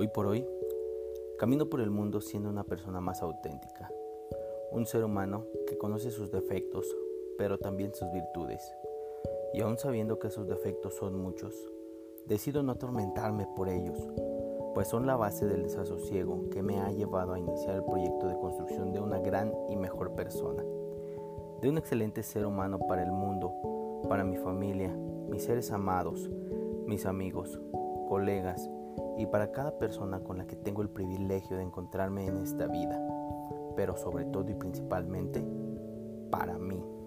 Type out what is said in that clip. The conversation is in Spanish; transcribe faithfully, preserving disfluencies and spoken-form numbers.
por hoy, camino por el mundo siendo una persona más auténtica, un ser humano que conoce sus defectos, pero también sus virtudes. Y aún sabiendo que esos defectos son muchos, decido no atormentarme por ellos, pues son la base del desasosiego que me ha llevado a iniciar el proyecto de construcción de una gran y mejor persona, de un excelente ser humano para el mundo, para mi familia, mis seres amados, mis amigos, colegas y para cada persona con la que tengo el privilegio de encontrarme en esta vida, pero sobre todo y principalmente para mí.